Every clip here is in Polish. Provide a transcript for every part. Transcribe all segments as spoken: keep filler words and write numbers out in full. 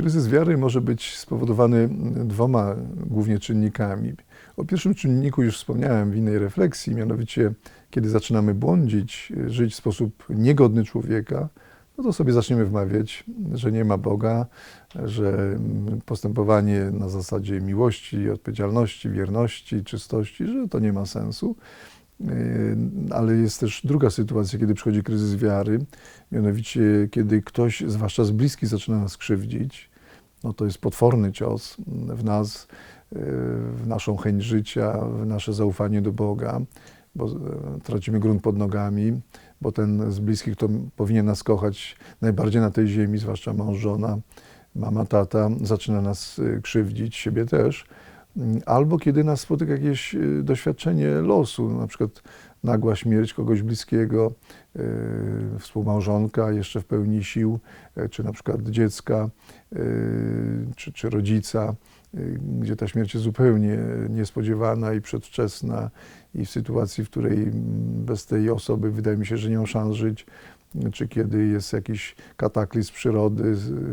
Kryzys wiary może być spowodowany dwoma głównie czynnikami. O pierwszym czynniku już wspomniałem w innej refleksji, mianowicie kiedy zaczynamy błądzić, żyć w sposób niegodny człowieka, no to sobie zaczniemy wmawiać, że nie ma Boga, że postępowanie na zasadzie miłości, odpowiedzialności, wierności, czystości, że to nie ma sensu. Ale jest też druga sytuacja, kiedy przychodzi kryzys wiary, mianowicie kiedy ktoś, zwłaszcza z bliskich, zaczyna nas krzywdzić. No to jest potworny cios w nas, w naszą chęć życia, w nasze zaufanie do Boga, bo tracimy grunt pod nogami, bo ten z bliskich, kto powinien nas kochać najbardziej na tej ziemi, zwłaszcza mąż, żona, mama, tata, zaczyna nas krzywdzić, siebie też. Albo kiedy nas spotyka jakieś doświadczenie losu, na przykład nagła śmierć kogoś bliskiego, yy, współmałżonka jeszcze w pełni sił, yy, czy na przykład dziecka, yy, czy, czy rodzica, yy, gdzie ta śmierć jest zupełnie niespodziewana i przedwczesna i w sytuacji, w której bez tej osoby wydaje mi się, że nie mam szans żyć, czy kiedy jest jakiś kataklizm przyrody,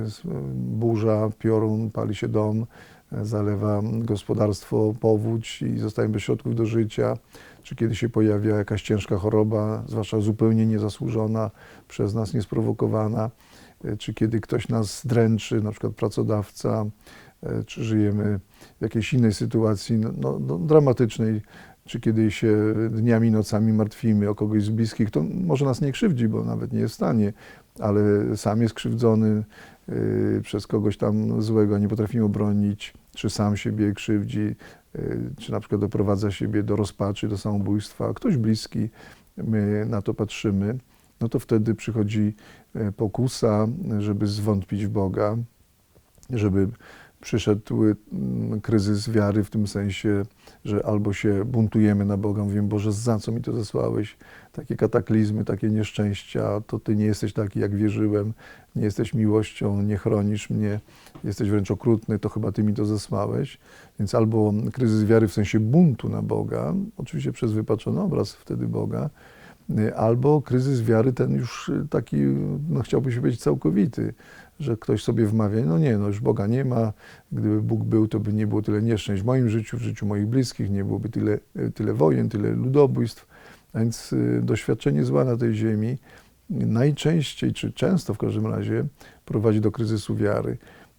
burza, piorun, pali się dom, zalewa gospodarstwo, powódź i zostajemy bez środków do życia, czy kiedy się pojawia jakaś ciężka choroba, zwłaszcza zupełnie niezasłużona, przez nas niesprowokowana, czy kiedy ktoś nas dręczy, na przykład pracodawca, czy żyjemy w jakiejś innej sytuacji no, no, dramatycznej, czy kiedy się dniami, nocami martwimy o kogoś z bliskich, to może nas nie krzywdzi, bo nawet nie jest w stanie, ale sam jest krzywdzony yy, przez kogoś tam złego, nie potrafimy obronić, czy sam siebie krzywdzi, yy, czy na przykład doprowadza siebie do rozpaczy, do samobójstwa, ktoś bliski, my na to patrzymy, no to wtedy przychodzi pokusa, żeby zwątpić w Boga, żeby przyszedł kryzys wiary w tym sensie, że albo się buntujemy na Boga, mówimy, Boże, za co mi to zesłałeś? Takie kataklizmy, takie nieszczęścia, to Ty nie jesteś taki, jak wierzyłem, nie jesteś miłością, nie chronisz mnie, jesteś wręcz okrutny, to chyba Ty mi to zesłałeś. Więc albo kryzys wiary w sensie buntu na Boga, oczywiście przez wypaczony obraz wtedy Boga, albo kryzys wiary ten już taki, no chciałby się być całkowity, że ktoś sobie wmawia, no nie, no już Boga nie ma, gdyby Bóg był, to by nie było tyle nieszczęść w moim życiu, w życiu moich bliskich, nie byłoby tyle, tyle wojen, tyle ludobójstw, a więc doświadczenie zła na tej ziemi najczęściej, czy często w każdym razie, prowadzi do kryzysu wiary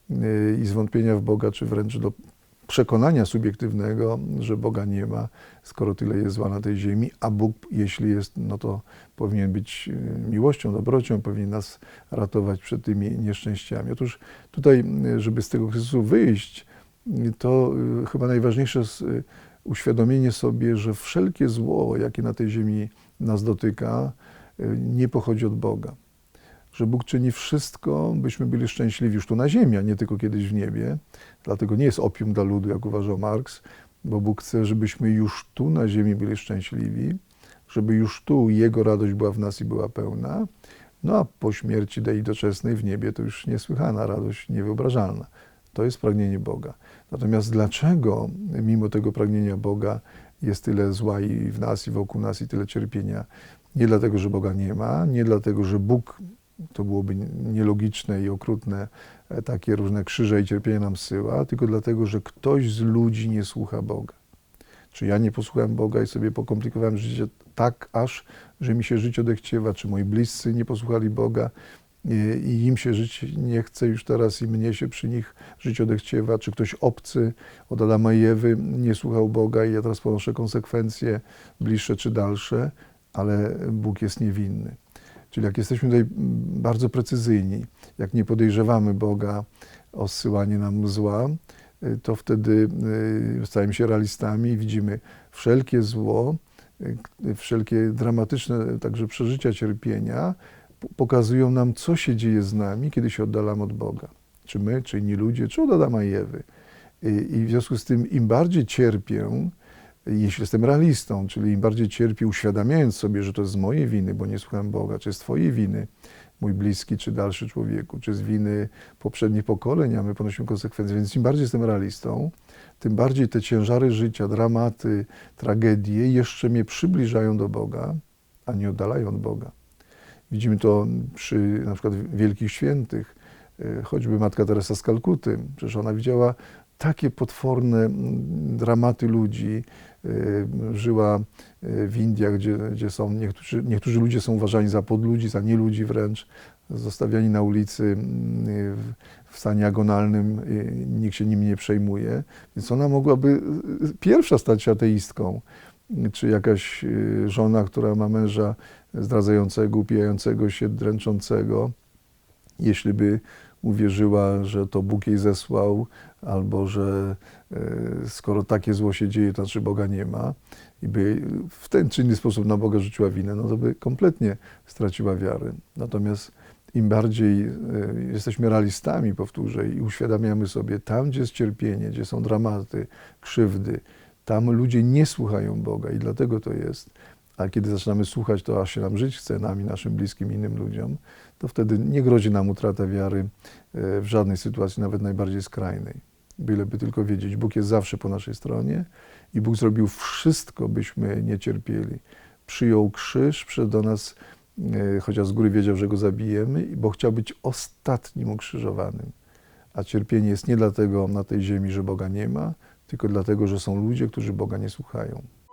i zwątpienia w Boga, czy wręcz do przekonania subiektywnego, że Boga nie ma, skoro tyle jest zła na tej ziemi, a Bóg, jeśli jest, no to powinien być miłością, dobrocią, powinien nas ratować przed tymi nieszczęściami. Otóż tutaj, żeby z tego kryzysu wyjść, to chyba najważniejsze jest uświadomienie sobie, że wszelkie zło, jakie na tej ziemi nas dotyka, nie pochodzi od Boga. Że Bóg czyni wszystko, byśmy byli szczęśliwi już tu na ziemi, a nie tylko kiedyś w niebie. Dlatego nie jest opium dla ludu, jak uważał Marks, bo Bóg chce, żebyśmy już tu na ziemi byli szczęśliwi, żeby już tu Jego radość była w nas i była pełna, no a po śmierci dei doczesnej w niebie to już niesłychana radość, niewyobrażalna. To jest pragnienie Boga. Natomiast dlaczego mimo tego pragnienia Boga jest tyle zła i w nas, i wokół nas, i tyle cierpienia? Nie dlatego, że Boga nie ma, nie dlatego, że Bóg, to byłoby nielogiczne i okrutne, takie różne krzyże i cierpienia nam zsyła, tylko dlatego, że ktoś z ludzi nie słucha Boga. Czy ja nie posłuchałem Boga i sobie pokomplikowałem życie tak aż, że mi się życie odechciewa, czy moi bliscy nie posłuchali Boga i im się żyć nie chce już teraz i mnie się przy nich życie odechciewa, czy ktoś obcy od Adama i Ewy nie słuchał Boga i ja teraz ponoszę konsekwencje bliższe czy dalsze, ale Bóg jest niewinny. Czyli jak jesteśmy tutaj bardzo precyzyjni, jak nie podejrzewamy Boga o zsyłanie nam zła, to wtedy stajemy się realistami i widzimy wszelkie zło, wszelkie dramatyczne także przeżycia cierpienia pokazują nam, co się dzieje z nami, kiedy się oddalamy od Boga. Czy my, czy inni ludzie, czy od Adama i Ewy. I w związku z tym im bardziej cierpię, jeśli jestem realistą, czyli im bardziej cierpię, uświadamiając sobie, że to jest z mojej winy, bo nie słucham Boga, czy z Twojej winy, mój bliski, czy dalszy człowieku, czy z winy poprzednich pokoleń, a my ponosimy konsekwencje. Więc im bardziej jestem realistą, tym bardziej te ciężary życia, dramaty, tragedie jeszcze mnie przybliżają do Boga, a nie oddalają od Boga. Widzimy to przy na przykład wielkich świętych, choćby Matka Teresa z Kalkuty. Przecież ona widziała takie potworne dramaty ludzi. Żyła w Indiach, gdzie, gdzie są niektórzy, niektórzy ludzie są uważani za podludzi, za nieludzi wręcz, zostawiani na ulicy w stanie agonalnym, nikt się nimi nie przejmuje. Więc ona mogłaby pierwsza stać się ateistką, czy jakaś żona, która ma męża zdradzającego, upijającego się, dręczącego, jeśli by uwierzyła, że to Bóg jej zesłał, albo że skoro takie zło się dzieje, to znaczy Boga nie ma, i by w ten czy inny sposób na Boga rzuciła winę, no to by kompletnie straciła wiarę. Natomiast im bardziej jesteśmy realistami, powtórzę, i uświadamiamy sobie, tam gdzie jest cierpienie, gdzie są dramaty, krzywdy, tam ludzie nie słuchają Boga i dlatego to jest. A kiedy zaczynamy słuchać, to aż się nam żyć chce, nami, naszym bliskim, innym ludziom, to wtedy nie grozi nam utrata wiary w żadnej sytuacji, nawet najbardziej skrajnej. Byleby tylko wiedzieć, Bóg jest zawsze po naszej stronie i Bóg zrobił wszystko, byśmy nie cierpieli. Przyjął krzyż, przyszedł do nas, chociaż z góry wiedział, że go zabijemy, bo chciał być ostatnim ukrzyżowanym. A cierpienie jest nie dlatego na tej ziemi, że Boga nie ma, tylko dlatego, że są ludzie, którzy Boga nie słuchają.